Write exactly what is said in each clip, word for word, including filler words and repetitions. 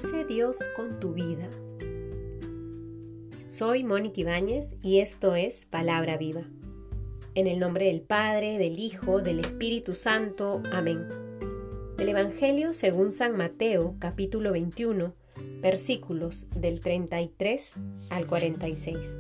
hace Dios con tu vida? Soy Mónica Ibáñez y esto es Palabra Viva. En el nombre del Padre, del Hijo, del Espíritu Santo. Amén. Del Evangelio según San Mateo, capítulo veintiuno, versículos del treinta y tres al cuarenta y seis.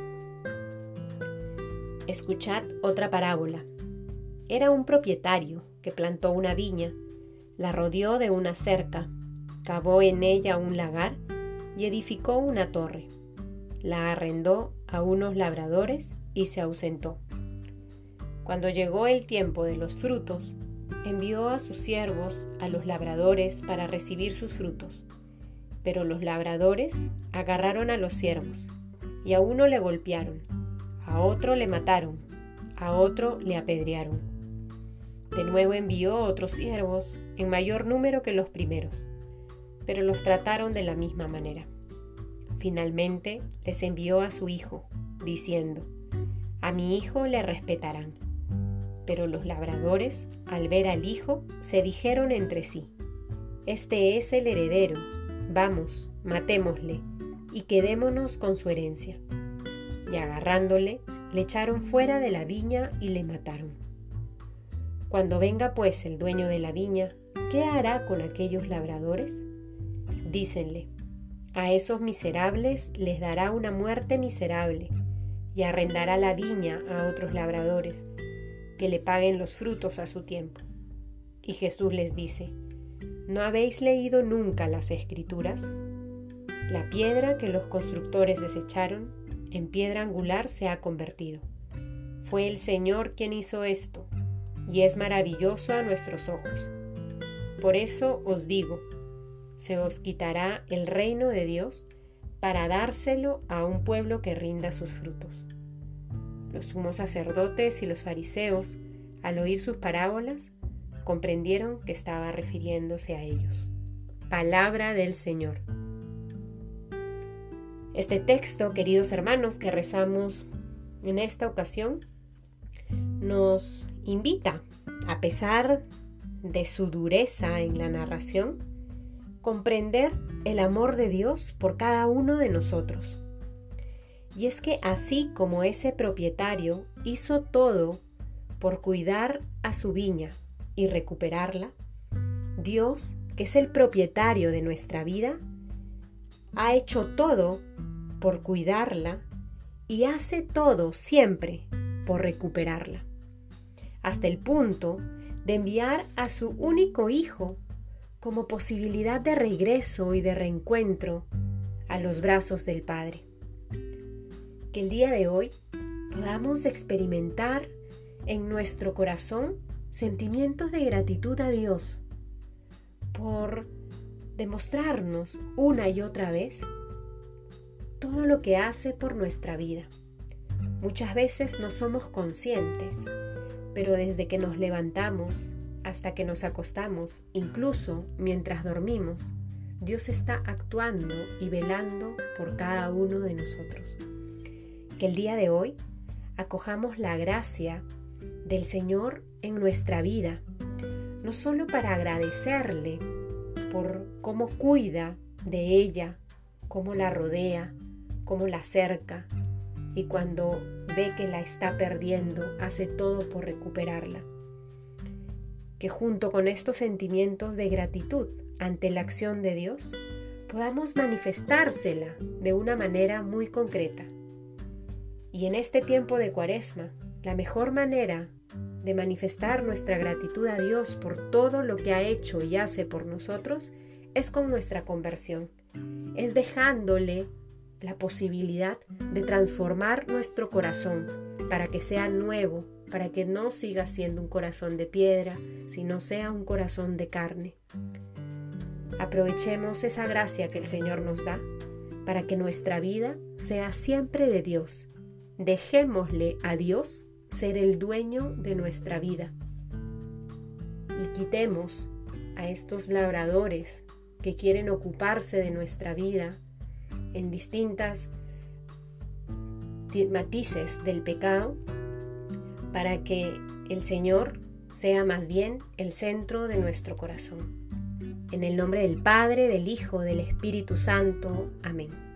Escuchad otra parábola. Era un propietario que plantó una viña, la rodeó de una cerca, cavó en ella un lagar y edificó una torre. La arrendó a unos labradores y se ausentó. Cuando llegó el tiempo de los frutos, envió a sus siervos a los labradores para recibir sus frutos. Pero los labradores agarraron a los siervos, y a uno le golpearon, a otro le mataron, a otro le apedrearon. De nuevo envió otros siervos en mayor número que los primeros, pero los trataron de la misma manera. Finalmente les envió a su hijo, diciendo: «A mi hijo le respetarán». Pero los labradores, al ver al hijo, se dijeron entre sí: «Este es el heredero, vamos, matémosle, y quedémonos con su herencia». Y agarrándole, le echaron fuera de la viña y le mataron. Cuando venga pues el dueño de la viña, ¿qué hará con aquellos labradores? Dícenle: «A esos miserables les dará una muerte miserable, y arrendará la viña a otros labradores, que le paguen los frutos a su tiempo». Y Jesús les dice: ¿No habéis leído nunca las Escrituras? La piedra que los constructores desecharon, en piedra angular se ha convertido. Fue el Señor quien hizo esto, y es maravilloso a nuestros ojos. Por eso os digo, se os quitará el reino de Dios para dárselo a un pueblo que rinda sus frutos. Los sumos sacerdotes y los fariseos, al oír sus parábolas, comprendieron que estaba refiriéndose a ellos. Palabra del Señor. Este texto, queridos hermanos, que rezamos en esta ocasión, nos invita, a pesar de su dureza en la narración, comprender el amor de Dios por cada uno de nosotros. Y es que así como ese propietario hizo todo por cuidar a su viña y recuperarla, Dios, que es el propietario de nuestra vida, ha hecho todo por cuidarla y hace todo siempre por recuperarla, hasta el punto de enviar a su único hijo como posibilidad de regreso y de reencuentro a los brazos del Padre. Que el día de hoy podamos experimentar en nuestro corazón sentimientos de gratitud a Dios por demostrarnos una y otra vez todo lo que hace por nuestra vida. Muchas veces no somos conscientes, pero desde que nos levantamos hasta que nos acostamos, incluso mientras dormimos, Dios está actuando y velando por cada uno de nosotros. Que el día de hoy acojamos la gracia del Señor en nuestra vida, no solo para agradecerle por cómo cuida de ella, cómo la rodea, cómo la cerca, y cuando ve que la está perdiendo, hace todo por recuperarla. Que junto con estos sentimientos de gratitud ante la acción de Dios, podamos manifestársela de una manera muy concreta. Y en este tiempo de Cuaresma, la mejor manera de manifestar nuestra gratitud a Dios por todo lo que ha hecho y hace por nosotros es con nuestra conversión, es dejándole la posibilidad de transformar nuestro corazón para que sea nuevo, para que no siga siendo un corazón de piedra, sino sea un corazón de carne. Aprovechemos esa gracia que el Señor nos da para que nuestra vida sea siempre de Dios. Dejémosle a Dios ser el dueño de nuestra vida y quitemos a estos labradores que quieren ocuparse de nuestra vida en distintas matices del pecado, para que el Señor sea más bien el centro de nuestro corazón. En el nombre del Padre, del Hijo, del Espíritu Santo. Amén.